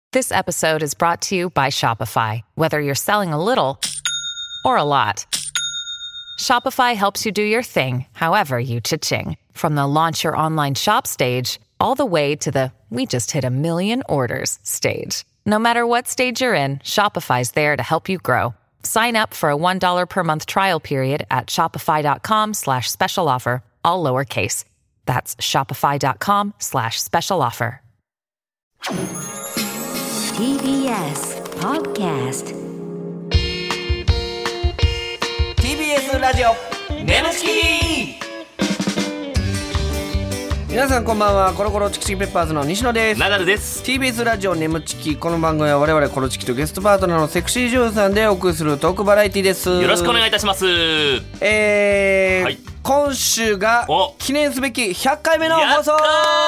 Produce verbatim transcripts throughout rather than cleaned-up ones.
This episode is brought to you by Shopify. Whether you're selling a little or a lot, Shopify helps you do your thing, however you cha-ching. From the launch your online shop stage, all the way to the we just hit a million orders stage. No matter what stage you're in, Shopify's there to help you grow. Sign up for a one dollar per month trial period at shopify.com slash special offer, all lowercase. That's shopify.com slash special offer. ティービーエス Podcast ティービーエス ラジオネムチキ。皆さんこんばんは。コロコロチキチキペッパーズの西野です。 ナダルです。 ティービーエス ラジオネムチキ。この番組は我々コロチキとゲストパートナーのセクシー女優さんでお送りするトークバラエティです。 よろしくお願いいたします。 えーはい、 今週が記念すべきひゃっかいめの放送。 やった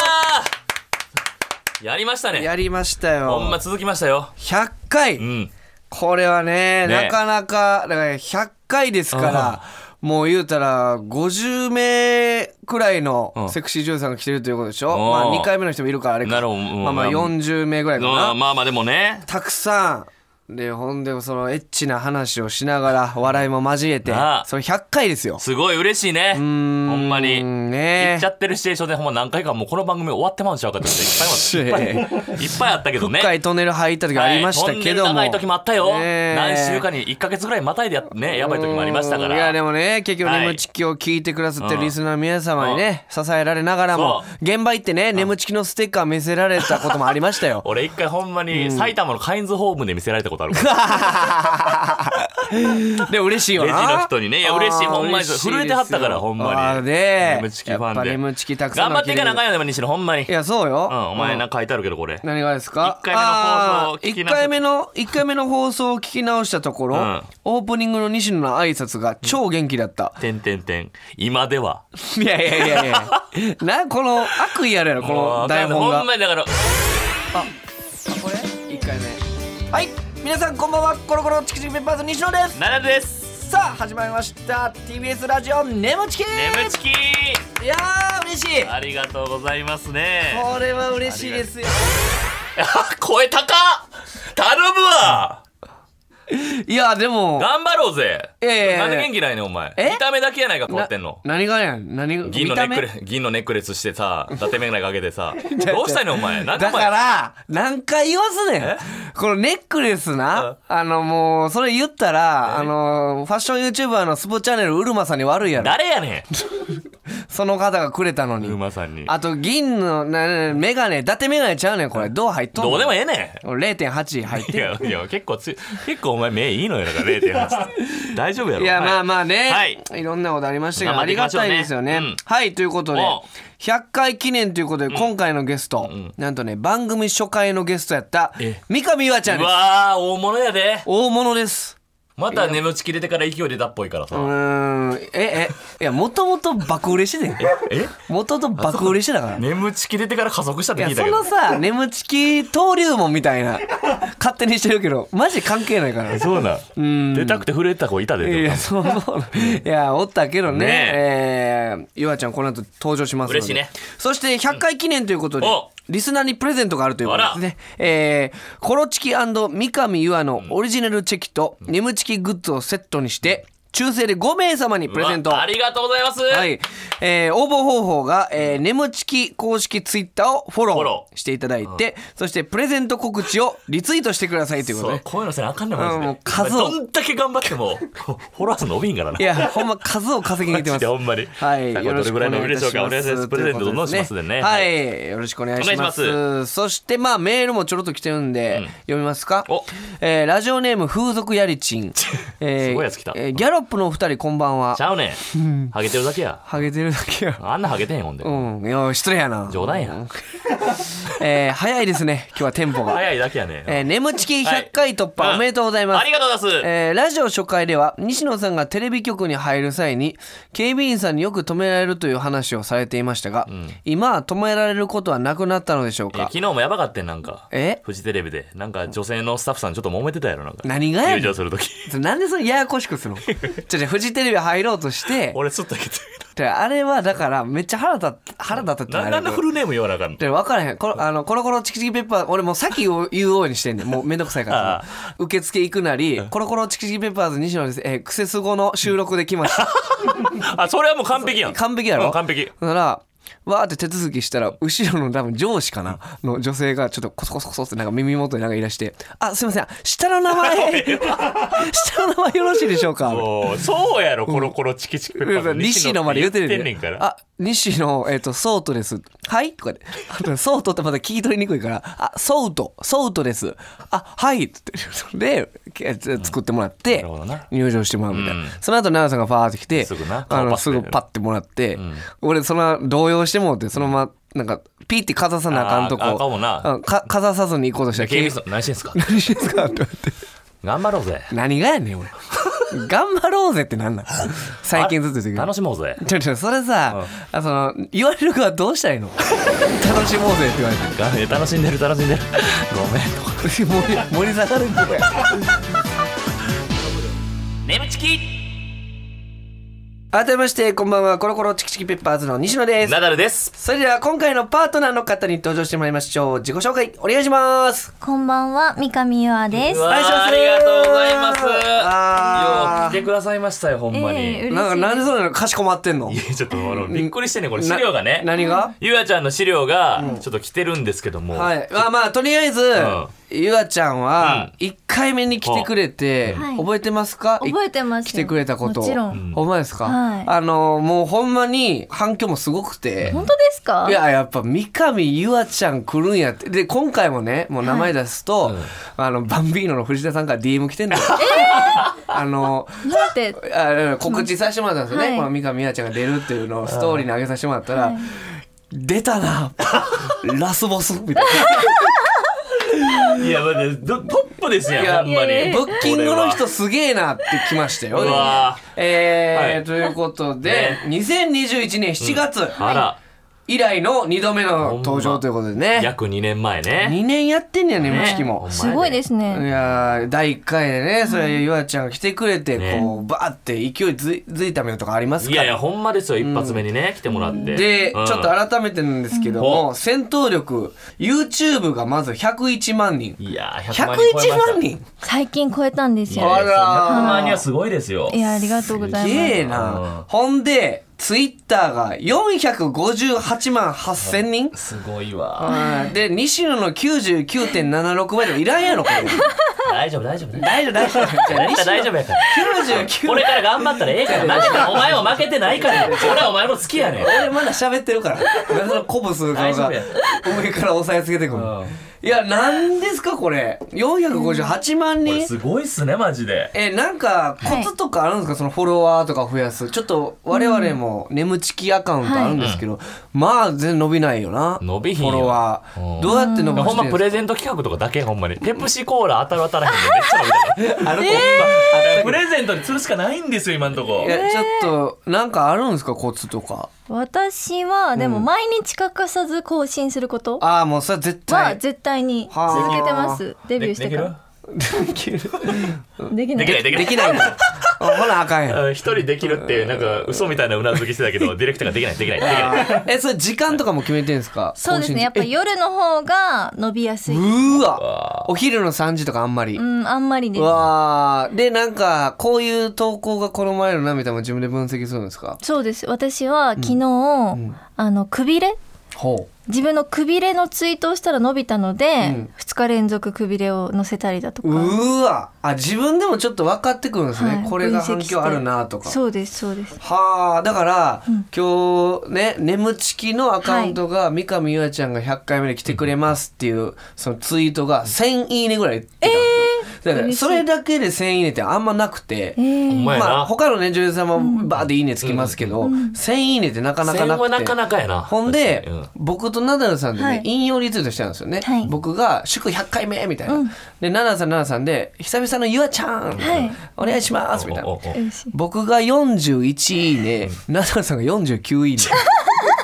ー、やりましたね。 やりましたよ。 ほんま続きましたよ。 ひゃっかい、 うん、 これは ね, ねなかなかだからひゃっかいですから、もう言うたらごじゅうめいくらいのセクシー女優さんが来てるということでしょ。まあにかいめの人もいるからあれか。 なるほど。 まあまあよんじゅうめいぐらいかな。 まあまあでもね、 たくさんで、ほんでそのエッチな話をしながら笑いも交えて、それひゃっかいですよ。 すごい嬉しいね。ほんまにね、 言っちゃってるシチュエーションでほんま何回かもうこの番組終わってまうんちゃうかっていっぱいいっぱいいっぱいあったけどね。 深いトンネル入った時ありましたけども、はい、トンネル長い時もあったよ、 ね、 何週間にいっかげつぐらいまたいでやね、やばい時もありましたから。 いやでもね、結局眠ちきを聞いてくださってるリスナーの皆様にね、うん、支えられながらも現場行ってね、眠ちきのステッカー見せられたこともありましたよ。 俺一回ほんまに埼玉のカインズホームで見せられたことあるからで嬉しいよな、 レジの人にね。いや嬉しい、ほんまに震えてはったからほんまに。 で眠ちきファンでやっぱ眠ちきたくさん頑張っていかなあかんよ。でも西野ほんまに。 いやそうよ、 うん、お前なんか書いてあるけどこれ何がですか。 いっかいめの放送を聞き直しいっかいめのいっかいめの放送を聞き直したところ、うん、オープニングの西野の挨拶が超元気だった。 てんてんてん今では。 いやいやいやいやな、この悪意あるやろこの台本が。 ほんまにだからああこれいっかいめ。はい、皆さんこんばんは。コロコロチキチキペッパーズ西野です。 ナダルです。 さあ始まりました ティービーエス ラジオネムチキ。 ネムチキ、 いやー嬉しい。 ありがとうございますね。 これは嬉しいですよ。 声高っ、頼むわ。 いやでも頑張ろうぜ。 いやいやいや、 なんで元気ないねお前。見た目だけやないか変わってんの。 何がやん。何が銀のネックレス、銀のネックレスしてさ、伊達眼鏡かけてさどうしたいのお前。なんでお前だから何回言わすねん。このネックレスな、あのもうそれ言ったらあのファッション YouTuber のスポチャンネルウルマさんに悪いやろ。 誰やねんその方がくれたのに。 ウルマさんに。あと銀のなメガネ、伊達メガネちゃうねん。これどう入っとんの。 どうでもええねん。 れいてんはち 入ってる。 いやいや結構つ結構お前目いいのよ。だから れいてんはち 大丈夫やろ。 いやまあまあね、 はい、 いろんなことありましたけど、ありがたいですよね、うん、はいということでひゃっかい記念ということで、今回のゲスト、うん、なんとね番組初回のゲストやった三上優愛ちゃんです。 うわー大物やで。 大物です。 また眠ちきれてから勢い出たっぽいからさ。 うーんええいやもともと爆売れしてね。 えもともと爆売れしてだから。 眠ちきれてから加速したって聞いたけど。 いやそのさ眠ちき登竜門みたいな勝手にしてるけどマジ関係ないから。 そうな。うん出たくて震えてた子いたで。 いやそういやおったけどね。ねえー、ゆあちゃんこの後登場しますので。 嬉しいね。 そしてひゃっかい記念ということで、うん、リスナーにプレゼントがあるということですね。えー、コロチキ&三上優愛のオリジナルチェキと眠ちきグッズをセットにして抽選でごめい様にプレゼント。 ありがとうございます。 はい、えー、応募方法が、えー、眠ちき公式ツイッターをフォローしていただいて、うん、そしてプレゼント告知をリツイートしてくださいということで。 そうこういうのせなあかんねんマジで。 もう数をどんだけ頑張ってもフォロワー数伸びんからな。 いやほんま数を稼ぎに行ってます。 ほんまに。 はい、 よろしくお願いいたします。お願いします。プレゼントどんどんしますでね。 はい、よろしくお願いします。お願いします。そしてまあメールもちょろっと来てるんで、うん、読みますか。えー、ラジオネーム風俗やりちん。えー、 すごいやつ来た。 えー、ギャロップのお二人こんばんは。 ちゃうねん。ハゲてるだけや。 ハゲてるだけや。 あんなハゲてへんほんで。 うん。いや失礼やな。 冗談や。 えー、早いですね今日はテンポが。 早いだけやね。 えー、眠ちきひゃっかい突破、はい、おめでとうございます。 ありがとうございます。 えー、ラジオ初回では西野さんがテレビ局に入る際に警備員さんによく止められるという話をされていましたが、うん、今は止められることはなくなったのでしょうか。 えー、昨日もやばかったんなんか。 えフジテレビでなんか女性のスタッフさんちょっと揉めてたやろなんか。 何がやねん。 入場するとき。 なんでそれややこしくするの。じゃじゃフジテレビ入ろうとして。 俺ちょっとだけであれはだからめっちゃ腹立った腹立ったってななんでフルネーム言わなあかんの。 で分からへんこあのコロコロチキチキペッパー俺もう先を言うようにしてんねんもうめんどくさいから受付行くなりコロコロチキチキペッパーズ西野です、えー、クセス語の収録で来ましたあそれはもう完璧やん。 完璧やろ、 うん、完璧。 だからわーって手続きしたら後ろの多分上司かなの女性がちょっとコソコソコソってなんか耳元でなんか言い出してあすいません下の名前下の名前よろしいでしょうか。 そうやろコロコロチキチキペッパーズ西野まで言ってるねんから。 あ西野えっ、ー、とソートですはいとかでソートってまだ聞き取りにくいからあソートソートですあはいってで作ってもらって、うん、入場してもらうみたいな、うん、その後奈良さんがファーって来てすぐなあのすぐパッてもらって、うん、俺その動揺してもってそのままなんかピーってかざさなあかんとこあかもなかかざさずに行こうとしたら警備何してんすか何してんすかって言われて頑張ろうぜ。 何がやねん俺頑張ろうぜってなんなん最近ずっと言ってる楽しもうぜ。 ちょちょそれさ、うん、あその言われる側どうしたらいいの楽しもうぜって言われて楽しんでる楽しんでるごめんと盛り盛り下がるんだよ眠ちき。 改めましてこんばんはコロコロチキチキペッパーズの西野です。 ナダルです。 それでは今回のパートナーの方に登場してもらいましょう。自己紹介お願いします。 こんばんは三上優愛です。 ありがとうございます。あよう来てくださいましたよほんまに、 えー、 なんかなんでそんなのかしこまってんの。 いやちょっとびっくりしてねこれ資料がね何が優愛ちゃんの資料がちょっと来てるんですけども、 うん、はいまあまあとりあえず、うんゆあちゃんはいっかいめに来てくれて、うん、覚えてますか。 覚えてますよ。 来てくれたこともちろん。 ほんまですか、 はい、 あのもうほんまに反響もすごくて。 本当ですか。 いややっぱ三上ゆあちゃん来るんやってで今回もねもう名前出すと、はい、あのバンビーノの藤田さんから ディーエム 来てんのよ、えー、あのなんてあ告知させてもらったんですよね、はい、この三上ゆあちゃんが出るっていうのをストーリーに上げさせてもらったら、はい、出たなラスボスみたいないやまだトップですよほんまに。 ブッキングの人すげえなって来ましたよ。うわえーはい、ということで、ね、にせんにじゅういちねんしちがつ、うん、あら以来のにどめの登場ということでね。 約にねんまえね。 にねんやってんねやね、むちきも。 すごいですね。 いやだいいっかいでね、それゆあちゃんが来てくれて、ね、こうバーって勢いづづいためのとかありますか。 いやいやほんまですよ、一発目にね、うん、来てもらって。 で、うん、ちょっと改めてなんですけども、うん、戦闘力 YouTube がまずひゃくいちまんにん。いやひゃくいちまんにん。 最近超えたんですよ。 あらひゃくまんにんはすごいですよ。 いやありがとうございます。 すげえな。ほんで。ツイッターがよんひゃくごじゅうはちまんはっせんにん。 すごいわ。 で西野の きゅうじゅうきゅうてんななろく 倍でもいらんやろこれ。 大丈夫大丈夫大丈夫大丈夫大丈夫やから。 きゅうじゅうきゅうこれから頑張ったらええから。マジでお前も負けてないから。俺はお前も好きやねん。 俺まだ喋ってるから。なんでその鼓舞する顔が上から押さえつけてくる。いやなんですかこれよんひゃくごじゅうはちまんにん、これすごいっすねマジで。 えなんかコツとかあるんですか、はい、そのフォロワーとか増やす。ちょっと我々も眠ちきアカウントあるんですけど、はい、まあ全然伸びないよな。 伸びひんよフォロワーどうやって伸ばしてるんですか。 ほんまプレゼント企画とかだけほんまにペプシコーラ当たる当たらへんでめっちゃ伸びたある、えー、プレゼントに釣るしかないんですよ今んとこ。 いやちょっとなんかあるんですかコツとか。 私はでも毎日欠かさず更新すること、 うん、ああもうそれは絶対は絶対に続けてます。デビューしてからできるできないできないできないんだほらあかんやん。 一人できるっていうなんか嘘みたいなうなずきしてたけどディレクターができないできないできないえそれ時間とかも決めてるんですか。 そうですねやっぱ夜の方が伸びやすい。 うわお昼のさんじとかあんまり。 うんあんまりです。 うわでなんかこういう投稿が好まれるなみたいなの自分で分析するんですか。 そうです。私は昨日、うんうん、あのくびれほう自分のくびれのツイートをしたら伸びたので、うん、ふつか連続くびれを載せたりだとか。 うわあ自分でもちょっと分かってくるんですね、はい、これが反響あるなとか。 そうですそうです。 はあだから、うん、今日ね眠ちきのアカウントが、はい、三上優愛ちゃんがひゃっかいめで来てくれますっていうそのツイートがせんいいねぐらいいってたんですよ、えー、だからそれだけでせんいいねってあんまなくて、えーまあ、他のね女優さんもバーでいいねつきますけど、うん、せんいいねってなかなかなくて。 せんはなかなかやな。 ほんで、うん、僕とナダルさんでね、はい、引用リツイートしたんですよね、はい、僕が祝ひゃっかいめみたいな、うん、でナダルさんナダルさんで久々のゆあちゃん、はい、お願いしますみたいな。僕がよんじゅういちいいね、ナダルさんがよんじゅうきゅういいね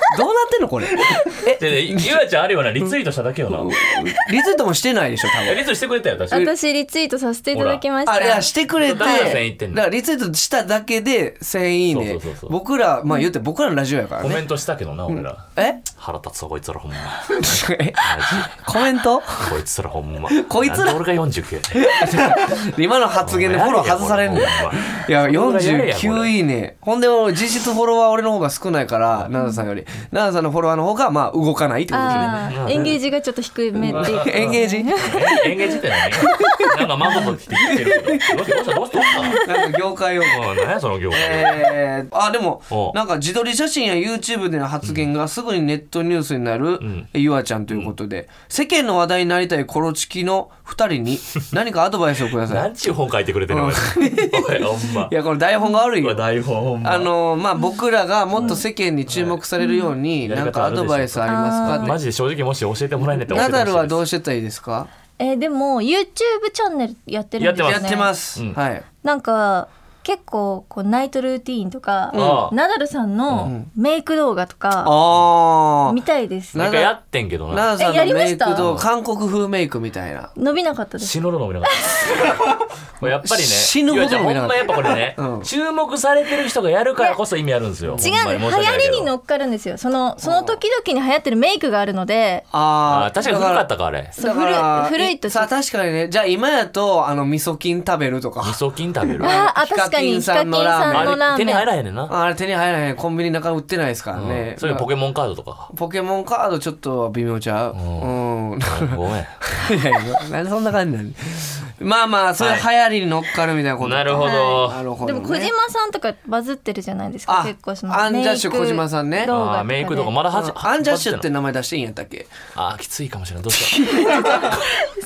どうなってんのこれ。 えでゆあちゃんあるよなリツイートしただけよな。 リツイートもしてないでしょ多分。 リツイートしてくれたよ確か私リツイートさせていただきました。 あいやしてくれて、だかせんいってんのらリツイートしただけでせんいいね。 そうそうそうそう僕らまあ言って僕らのラジオやからね。 コメントしたけどな俺ら。 え腹立つわこいつらほんま。 えコメントこいつらほんま。 こいつらなんで俺がよんじゅうきゅう。 今の発言でフォロー外されんねん。いやよんじゅうきゅういいね。ほんで実質フォロワー俺の方が少ないから奈々さんより奈々さんのフォロワーの方がまあ動かないってことですね。 あーエンゲージがちょっと低めっていう。 エンゲージエンゲージって何？なんかマンゴーって言ってるけど。どうしたどうしたどうした？ なんか業界用語。 何やその業界。 えー、あでもおなんか自撮り写真や YouTube での発言がすぐにネットニュースになる、 んゆあちゃんということで、世間の話題になりたいコロチキのふたりに何かアドバイスをください。 何ちゅう本書いてくれてるの？おいほんまい。やこれ台本が悪いよ。 台本ほんま。 あのまあ僕らがもっと世間に注目されるように何かアドバイスありますかって。 マジで正直もし教えてもらえないと教えナダルてほしいです。 はどうしてたらいいですか？ えーでも YouTube チャンネルやってるんですよね。 やってます、 うんはい。 なんか結構こうナイトルーティーンとか、 うんナダルさんのメイク動画とかああ見たいです。 なんかやってんけどな。 ナダルさんえやのメイりましたクと韓国風メイクみたいな。 伸びなかったです。 死ぬほど飲めなかったもうやっぱりね死ぬほど飲めなかったゆあちゃんほんまやっぱこれね、 うん注目されてる人がやるからこそ意味あるんですよ。 違うんです。流行りに乗っかるんですよ。そのその時々に流行ってるメイクがあるので、 ああー確かに古かったかあれ。 そう古い古いとさあ確かにね。じゃあ今やとあの味噌菌食べるとか味噌菌食べる。 ああ確かにヒカキンヒカキンさんのラーメンさんのラーあれ手に入メン。 らへんねんな。 あれ手に入らへん。コンビニ中売ってないですからね、 うんそれポケモンカードとか。 ポケモンカードちょっと微妙ちゃううん、うん、 ごめん。 いやいやなんでそんな感じなんまあまあそういう流行りに乗っかるみたいなことか、 なるほど。 なるほど、ね、 でも小島さんとかバズってるじゃないですか。 あ結構そのアンジャッシュ小島さんね動画とかであーメイクとかまだはじアンジャッシュって名前出していいんやったっけ？ あーきついかもしれない。どうした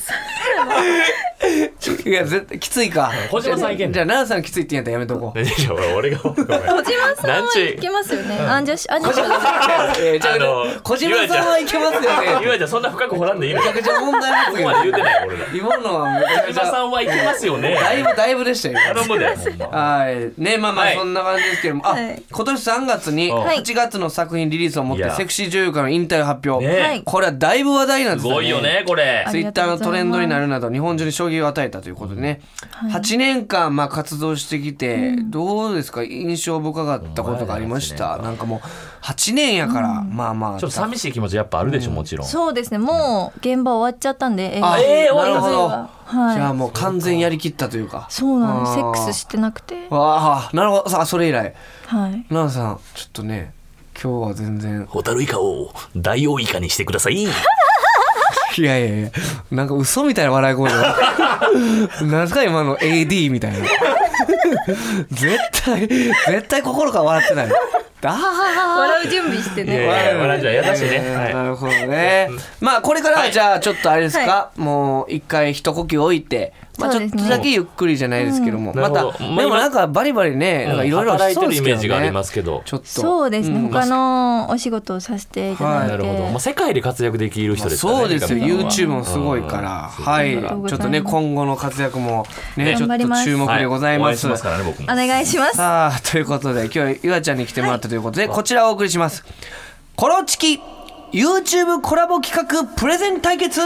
いや絶対きついか。 小島さんいけんのじゃあ奈々さんきついって言うんやったらやめとこう。 いや俺俺がごめん小島さんはいけますよね。アンジャッシュアンジャッシュえーじゃああの小島さんはいけますよね。 ゆあちゃんそんな深く掘らんでいいの。 めちゃくちゃ問題発言ここまで言うてない俺ら。 今のはめちゃく小ちゃ島さんはいけますよね。 だいぶだいぶでしたよ頼むでほんま。 はいねまあまあはいそんな感じですけども、あ、 はい今年さんがつにはいはちがつの作品リリースをもっいやてセクシー女優からの引退を発表、 ねはいこれはだいぶ話題なんですすごいよねこれ。 ツイッターのトレンドになるなど日本中に衝撃を与えたということでね、はちねんかんまあ活動してきて、どうですか印象深かったことがありましたなんかもうはちねんやから、まあまあちょっと寂しい気持ちやっぱあるでしょもちろん。 そうですね。もう現場終わっちゃったんで。 あええーなるほど、 はいじゃあもう完全やりきったというかそうなんです。セあーックスしてなくて。 わあなるほどさあそれ以来はい。 奈々さんちょっとね今日は全然ホタルイカを大王イカにしてください。 いやいやいやなんか嘘みたいな笑い声だなんすか今の エーディー みたいな絶対絶対心から笑ってないだ笑う準備してね。 いやいや笑っちゃう優しいねはいなるほどね、まあこれからはじゃあちょっとあれですか、 はもう一回一呼吸置いてまあちょっとだけゆっくりじゃないですけども、 うんまたなるほどでもなんかバリバリねなんかいろいろ働いてるイそうですけどねメージがありますけど。 ちょっとそうですね。 ん他のお仕事をさせていただいて。 なるほど。まあ世界で活躍できる人ですからね。 そうですよ三上さんは YouTube もすごいから、 うんはいありがとうごちょっざいますとね今後の活躍もねねちょっと注目でございはお会ます、 しますからね僕も。 お願いします。 さあということで今日はゆあちゃんに来てもらったということで、こちらをお送りしますコロチキ YouTube コラボ企画プレゼン対決。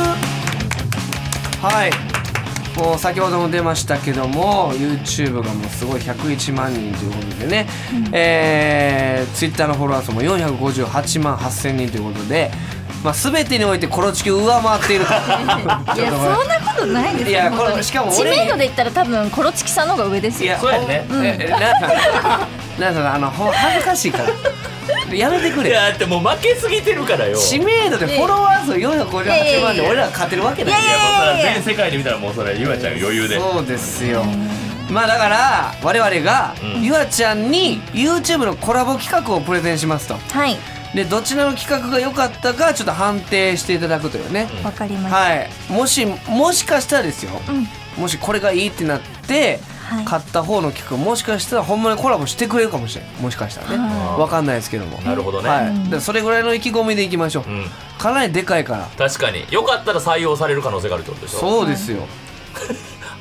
はいもう先ほども出ましたけども YouTube がもうすごいひゃくいちまんにんということでね、うんえー、Twitter のフォロワー数もよんひゃくごじゅうはちまんはっせんにんということで、まあ、全てにおいてコロチキを上回っているといやそんなことないですよ。 いや本当にこれしかも知俺に名度で言ったら多分コロチキさんの方が上ですよ。 いやそうやね。 ええななななあのほん恥ずかしいからやめてくれ。 いやだってもう負けすぎてるからよ。 知名度でフォロワー数よんひゃくごじゅうはちまんで俺らが勝てるわけないいやいやいやもうそれは全世界で見たらもうそれゆあちゃん余裕で。 そうですよ。まあだから我々がうんゆあちゃんに YouTube のコラボ企画をプレゼンしますと。 はい。 でどちらの企画が良かったかちょっと判定していただくというね。 わかりました。 はい。もしもしかしたらですよ。 うん。 もしこれがいいってなって、 はい買った方の企画もしかしたらほんまにコラボしてくれるかもしれない。もしかしたらね。 はわかんないですけども。 なるほどね。 はい。 うんだからそれぐらいの意気込みでいきましょう。 うん。 かなりでかいから。 確かによかったら採用される可能性があるってことでしょ。 そうですよ。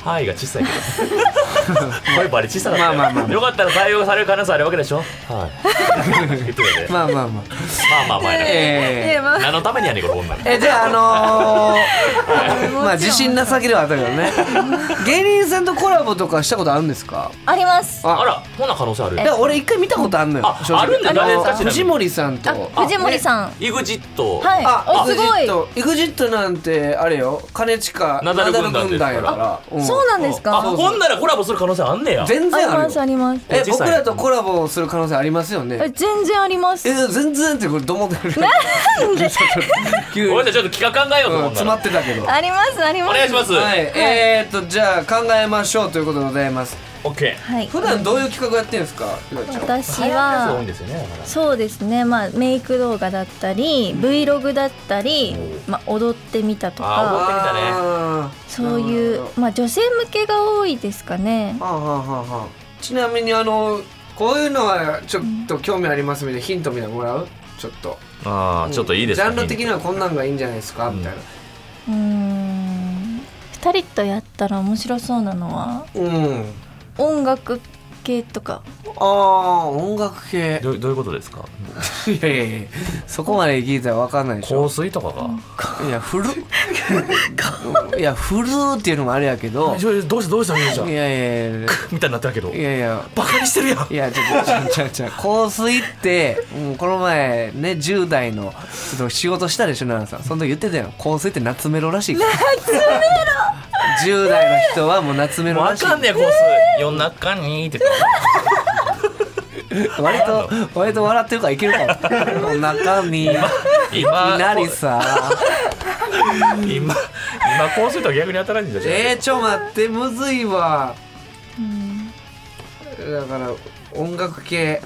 範囲が小さいけど声バリ小さかったよ。 まあまあまあよかったら採用される可能性あるわけでしょ。はい言ってたよね。 まあまあまあまあまあまあね、 えー何のためにやねんこれほんなら。 えじゃああのー、まあ自信なさげではあったけどね芸人さんとコラボとかしたことあるんですか？ あります。 ああらそんな可能性ある。 いや俺一回見たことあるのよ。 あ正直あるんだよ。誰ですか？ちなみに藤森さんとあ藤森さん、 イグジット。 はいあおすごい。 イグジットなんてあれよ兼近ナダル軍団ですからナダル軍団やから、うんそうなんですか？ あほんならコラボする可能性あんねや。 全然あるありますあよ。 ります。 え小さい僕らとコラボする可能性ありますよえね。 全然あります。 え全然ってこれどう思ってる？ なんで急に俺らちょっと企画考えようとうん思った詰まってたけど。 ありますあります。 お願いします。 はい、えーっとじゃあ考えましょうということでございます。 オッケー。 はい。 普段どういう企画やってんですか？ひなちゃん私多いはんですよね。だからそうですね、まあメイク動画だったり Vlog だったり、まあ踊ってみたとあ踊か、 ってみたねあーそういうなるほどまあ女性向けが多いですかね。 はあはあはあはあちなみにあのこういうのはちょっと興味ありますみたいなヒントみたいなのもらう？ちょっとあーちょっといいですか。 ジャンル的にはこんなんがいいんじゃないですか、みたいな。 うーん、ふたりとやったら面白そうなのはうん音楽系とか。 ああ音楽系どうどういうことですか。 いやいやいやそこまで聞いたら分かんないでしょ。 香水とかが。 いやフルいやフルっていうのもあれやけど、 どうしたどうしたどうしたいやいやいやみたいになってるけどいやいやバカにしてるやん。 いやちょちょちょちょ香水って、うん、この前ねじゅう代のちょっと仕事したでしょ奈々さん。その時言ってたよ香水って夏メロらしいから。夏メロじゅう代の人はもう夏メロもうらしい。 あかんねや香水。夜中にって言って割と割と笑ってるからいけるかも。お中身いき今なりさ今今香水とは逆に当たらんじゃん。 えー、ちょ待ってむずいわ。だから音楽系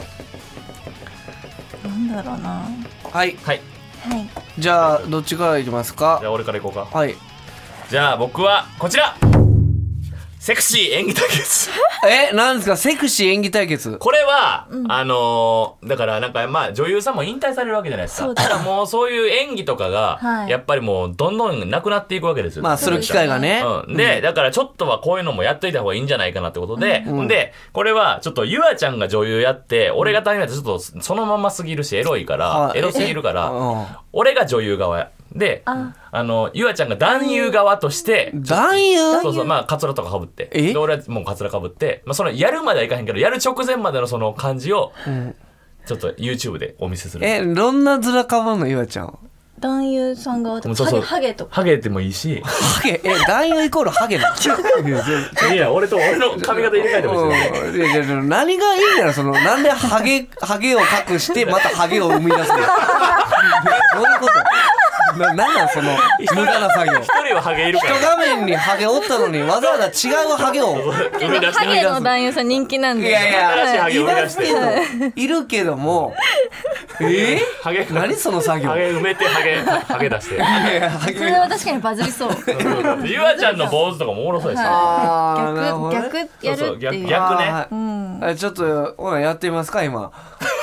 なんだろうな。 はいはい。 はい。 じゃあどっちからいきますか？ じゃあ俺からいこうか。 はいじゃあ僕はこちら。セクシー演技対決。 えなんですかセクシー演技対決。 これは、うん、あのー、だからなんかまあ女優さんも引退されるわけじゃないですか。だからもうそういう演技とかが、はい、やっぱりもうどんどんなくなっていくわけですよ。 まあする機会がね。 うん、で、うん、だからちょっとはこういうのもやっといた方がいいんじゃないかなってことで、うん、でこれはちょっとゆあちゃんが女優やって、俺が大変だとちょっとそのまますぎるしエロいから、うん、エロすぎるから、俺が女優側や。で、あ, あのゆあちゃんが男優側として男優そうそうまあカツラとかかぶってで俺はもうカツラかぶって、まあ、そのやるまではいかへんけどやる直前までのその感じをちょっと YouTube でお見せする。 えどんな面かぶんのゆあちゃん？ 男優さん側とかそうそうハゲとかハゲでもいいしハゲえ男優イコールハゲないや俺と俺の髪型入れ替えてほしい。 いやいや何がいいんだろそのなんでハゲハゲを隠してまたハゲを生み出すのどういうことな、なんなんその無駄な作業。 一人はハゲいるから一画面にハゲおったのにわざわざ違うハゲを生み出してハゲの男優さん人気なんで。 いやいや新しいハゲを生み出しているけどもえー、 ハゲ何その作業ハゲ埋めてハゲハゲ出してそれは確かにバズりそうゆあちゃんの坊主とかもおもろそうですよ、 はい、逆、 ね、 逆やるっていう。 逆, 逆ね、 うん、ちょっとほらやってみますか今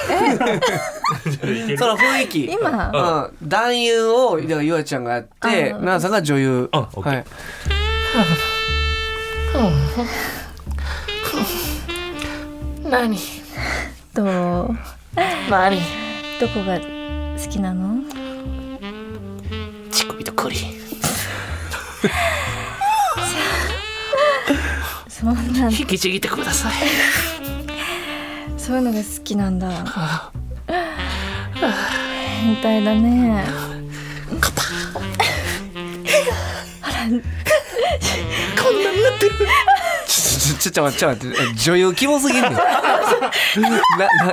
その雰囲気今、 うん、男優をゆあちゃんがやって奈々さんが女優。 うん、 はい、 何どう何どこが好きなの？ 乳首と栗そんな引きちぎってくださいそういうのが好きなんだ変態だねカパあらこんなになってるちょちょちょちょ待って女優キモすぎんねんななカパーカパー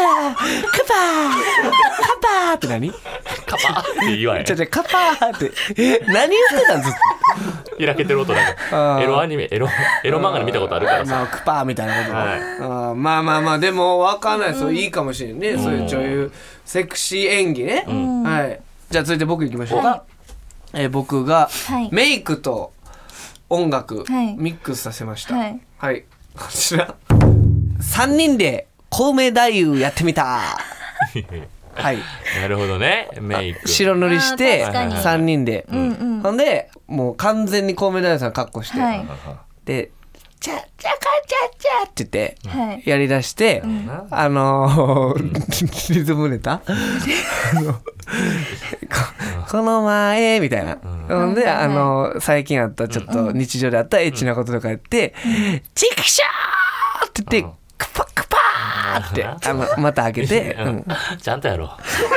カパーって何カパーって言わへんちょちょカパーって何言ってたんずっと開けてる音なんかエロアニメエロエロ漫画で見たことあるからさ、 まあ、クパーみたいなこと、 はい、 あまあまあまあでも分かんないですよ、うん、いいかもしれんね、うん、そういう女優セクシー演技ね、うん、はいじゃあ続いて僕いきましょうか、えー、僕がメイクと音楽、はい、ミックスさせました。はい、はい、こちらさんにんでコウメ太夫やってみたはいなるほどね。メイク白塗りしてあー確かにさんにんで、 うんうんほんでもう完全にコウメ太夫さん格好して、 はいでチャチャカチャチャって言ってはいやりだして、あのー、リズムネタあのここの前みたいな、ほんで、あのー、最近あったちょっと日常であったエッチなこととか言って「チクショー!」って言って「クパクパー!」ってあのまた開けて、うん、 ちゃんとやろう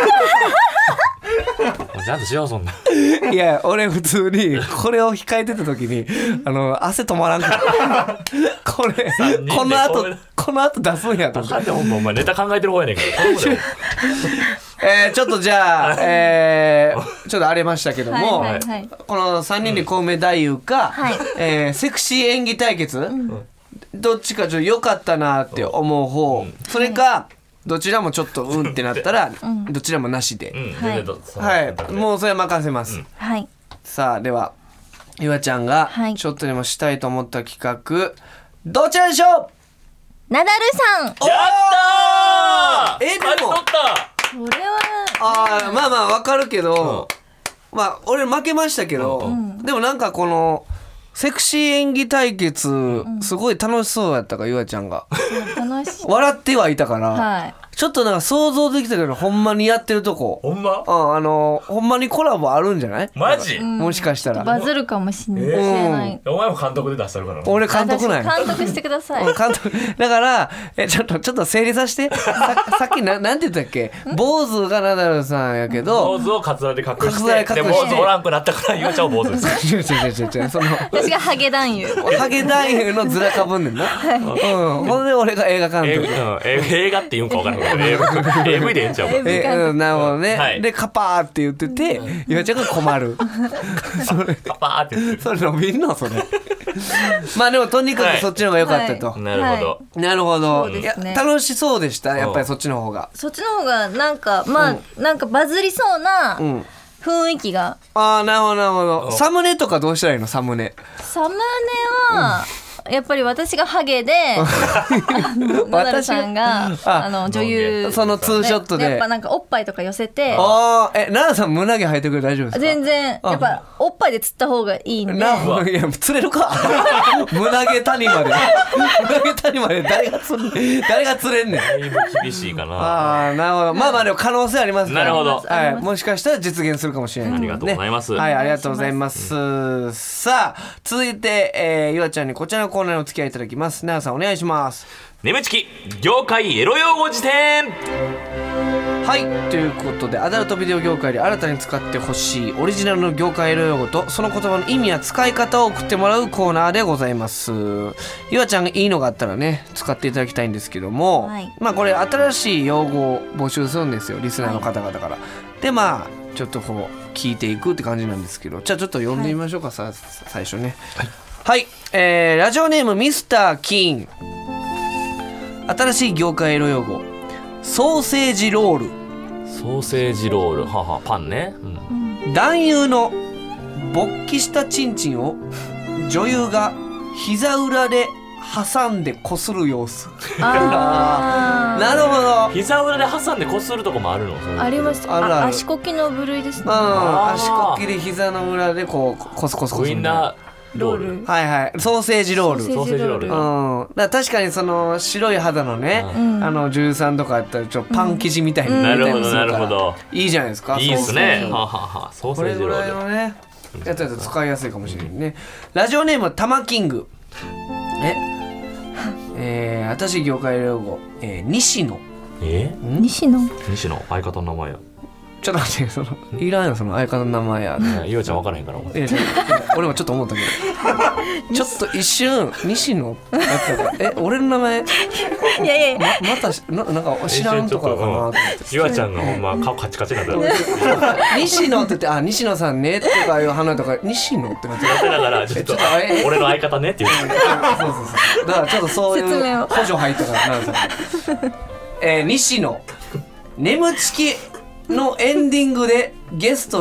ちゃんとしようそんな。 いや俺普通にこれを控えてた時にあの汗止まらんからこれこの後この後出すんやと思って。 なんでほんまお前ネタ考えてる方やねんから。 えー、ちょっとじゃあ、えー、ちょっと荒れましたけども、 はいはいはいこのさんにんでコウメ太夫か、 はいえーセクシー演技対決、どっちかちょっと良かったなって思う方、それかどちらもちょっとうんってなったら、どちらもなしで、 うん、 はい全然どそのはいもうそれは任せます、 はいさあではゆわちゃんがはいちょっとでもしたいと思った企画、どちらでしょう。 ナダルさんやったー。 えでも勝ち取ったこれはああまあまあわかるけど、まあ俺負けましたけど、でもなんかこのセクシー演技対決すごい楽しそうやったからゆあちゃんが楽しい笑ってはいたから、 はいちょっとなんか想像できたけどほんまにやってるとこ、 ほんまうん、あのほんまにコラボあるんじゃない、 マジ、 もしかしたらバズるかもしれない、 お前も監督で出したるからな。 俺監督なんや私監督してくださいうん監督だからえちょっとちょっと整理させてささっきななんて言ったっけ、坊主がナダルさんやけど坊主をカツラで隠カツラでして隠してで坊主おらんくなったからゆうちゃんを坊主です違う違う違う違うその私がハゲ男優ハゲ男優のズラかぶんねんな、うん、ほんで俺が映画監督映画うん映画って言うんか分からんけど エーブイ でええんちゃうか。 えうん、なるほどね、 はいでカパーって言っててゆあちゃんが困るそれパパーって言ってる。 それ伸びんのそれまあでもとにかはいくそっちの方が良かったと、 なるほど。 なるほど、 そうですねいや楽しそうでしたやっぱりそっちの方が。 そっちの方がなんかまあ、なんかバズりそうなうん雰囲気が、 ああなるほどなるほど。サムネとかどうしたらいいのサムネ。 サムネは、やっぱり私がハゲであのナダルさんがああの女優そのツーショットで。 やっぱなんかおっぱいとか寄せてああえ奈良さん胸毛生えてくれ大丈夫ですか。 全然やっぱおっぱいで釣った方がいいんでないや釣れるか胸毛谷まで胸毛谷まで誰が釣れ誰が釣れんねん。 だいぶ厳しいかな。 ああなるほどまあまあでも可能性ありますからなるほどはい、もしかしたら実現するかもしれない、ね、 ありがとうございますはいありがとうございますさあ続いて、えー、ゆあちゃんにこちらのコーナーにお付き合いいただきます。奈良さんお願いします。 眠ちき業界エロ用語辞典。 はいということでアダルトビデオ業界で新たに使ってほしいオリジナルの業界エロ用語とその言葉の意味や使い方を送ってもらうコーナーでございます。ゆあちゃんがいいのがあったらね使っていただきたいんですけども、 はい、 まあこれ新しい用語を募集するんですよリスナーの方々から、はい、でまあちょっとこう聞いていくって感じなんですけど、じゃあちょっと読んでみましょうか、はい、さ最初ねはい、はい、えー、ラジオネームミスターキーン。新しい業界エロ用語ソーセージロール。 ソーセージロールははパンね、うん、 男優の勃起したチンチンを女優が膝裏で挟んでこする様子。 あなるほど。 膝裏で挟んでこするとこもあるの。 あります。 あるある。 足こきの部類ですね。 うん足こきで膝の裏でこうコスコスコスウインナーロール。 はいはいソーセージロール。 ソーセージロール。 うんだから確かにその白い肌のね、うん、あの女優さんとかやったらちょっとパン生地みたいになったりするから、うん、なるほどなるほどいいじゃないですか。 いいですね。はははソーセージロール。これぐらいのねやったら使いやすいかもしれないね。ラジオネームタマキング。ええー、私業界用語、えー、西野。 えー、西野西野相方の名前や。 ちょっと待ってそのいらんよその相方の名前や。 ゆうちゃん分からへんからも。 いや俺もちょっと思ったけどちょっと一瞬西野ってやってたからえ俺の名前いやいやま, またななんか知らんとかかなと思ってゆあちゃんがほんま顔カチカチになってた西野って言ってあ西野さんねとかいう花とか西野ってなってだからちょっと俺の相方ねって言ってそうそうそうだからちょっとそういう補助入ったからなんですよえー、西野眠ちきのエンディングでゲストに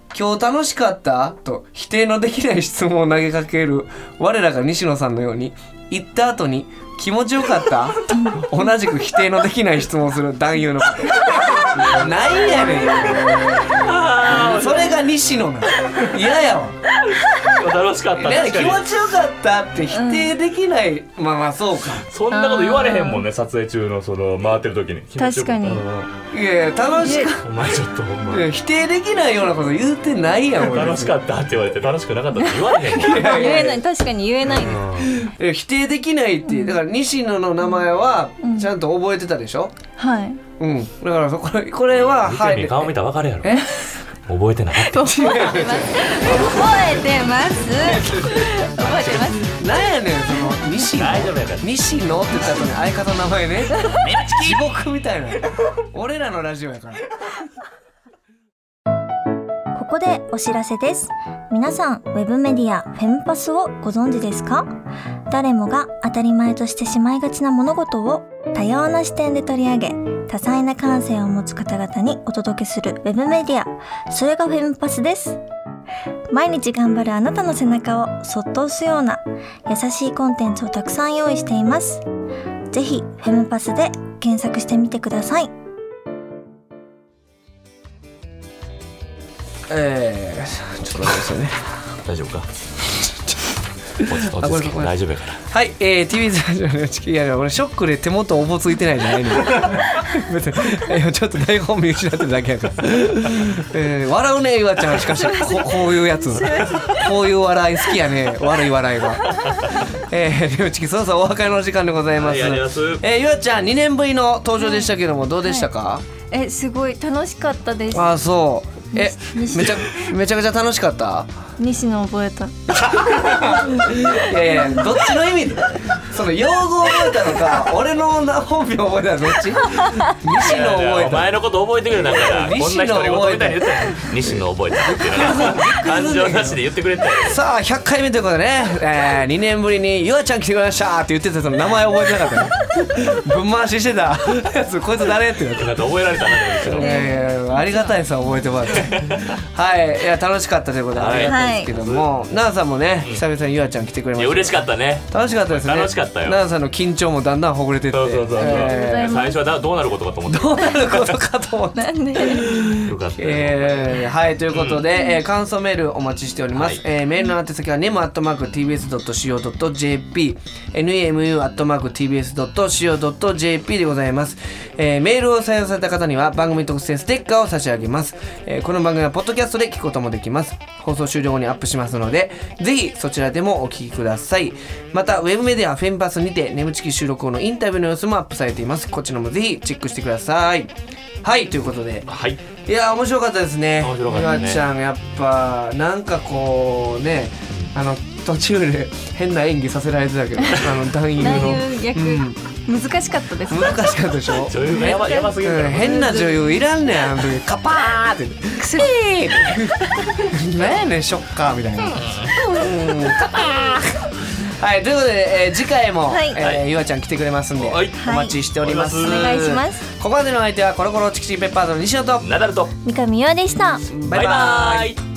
今日楽しかった?と否定のできない質問を投げかける我らが西野さんのように、言った後に気持ちよかった?同じく否定のできない質問をする男優のこと。なんやねん。それが西野なの。嫌やわ。 楽しかった。 ね、気持ちよかったって否定できない、うん、まあまあそうか。 そんなこと言われへんもんね、撮影中のその回ってる時に。 確かに。 いやいや楽しかった。 お前ちょっとほんま否定できないようなこと言うてないやん。 楽しかったって言われて楽しくなかったって言われへんもん。 言えない、確かに言えないね。 否定できないって、だから西野の名前はちゃんと覚えてたでしょ。 はい。 うん、だからこれこれははい。顔見たら分かるやろ。 え？ 覚えてなかった。 覚えてます。覚えてます。覚えてます。 なんやねんその西野。 大丈夫やから。 西野って言った後に相方の名前ね。地獄みたいな。俺らのラジオやから。 ここでお知らせです。皆さん、ウェブメディアフェムパスをご存知ですか？誰もが当たり前としてしまいがちな物事を多様な視点で取り上げ、多彩な感性を持つ方々にお届けするウェブメディア、それがフェムパスです。毎日頑張るあなたの背中をそっと押すような優しいコンテンツをたくさん用意しています。ぜひフェムパスで検索してみてください。 えー、ちょっと待ってくださいね。 大丈夫か？落ち着け、大丈夫やから。 はい、えー、ティービー ラジオのチキン、いや俺ショックで手元おぼついてないじゃないの。別にちょっと台本見失ってるだけやから。えー、笑うね岩ちゃん。しかし こ, こういうやつこういう笑い好きやね。悪い笑いが。えー、リオチキそろそろお別れの時間でございます。 はい、ありがとうございます。 えー、岩ちゃんにねんぶりの登場でしたけども、どうでしたか？ はい、えすごい楽しかったです。 あ、そうえめちゃめちゃくちゃ楽しかった。 西野覚えた。 いやいやどっちの意味でその用語覚えたのか俺の本名覚えたのどっち？西野覚えた。 お前のこと覚えてくれなんかこんな人にごとみたいに言って西野覚えたっていう感情なしで言ってくれたよ。 さあひゃっかいめということでね、えー、にねんぶりにゆあちゃん来てくれましたって言ってたその名前覚えてなかったね。ぶん回ししてたやつこいつ誰って言って覚えられたなって思って、 えー、ありがたいさ覚えてもらってはい、いや楽しかったということでありがたいですけども、はい、奈々さんもね久々にゆあちゃん来てくれました。 いや嬉しかったね。 楽しかったですね。 楽しかったよ。 奈々さんの緊張もだんだんほぐれてって、 そうそうそう、えー、最初はだどうなることかと思ってどうなることかと思ってなんでよかったよ、 えー、はいということで、うんえー、感想メールお待ちしております、はいえー、メールの宛先は ネム アットマーク ティービーエス ドット シーオー ドット ジェーピー ネム アットマーク ティービーエス ドット シーオー ドット ジェーピー でございます、えー、メールを採用された方には番組特製ステッカーを差し上げます、えー、この番組はポッドキャストで聞くこともできます。放送終了後にアップしますのでぜひそちらでもお聞きください。またウェブメディアフェンパスにて眠ちき収録後のインタビューの様子もアップされています。こちらもぜひチェックしてください。はいということで、 はい、 いや面白かったですね。 面白かったね。 ゆあちゃんやっぱなんかこうねあの途中で変な演技させられてたけどあの男優の男優役、うん難しかったです。 難しかったでしょ。 女優がやばやばすぎるから、 うん、変な女優いらんねんあの時カパーってくせーって何やねんショッカーみたいな、うん、カパーはいということで、えー、次回も、はいえー、ゆあちゃん来てくれますんで、はい、お待ちしております、 はい、お願いします。 ここまでの相手はコロコロチキチキペッパーズの西野とナダルと三上優愛でした。 バイバイ。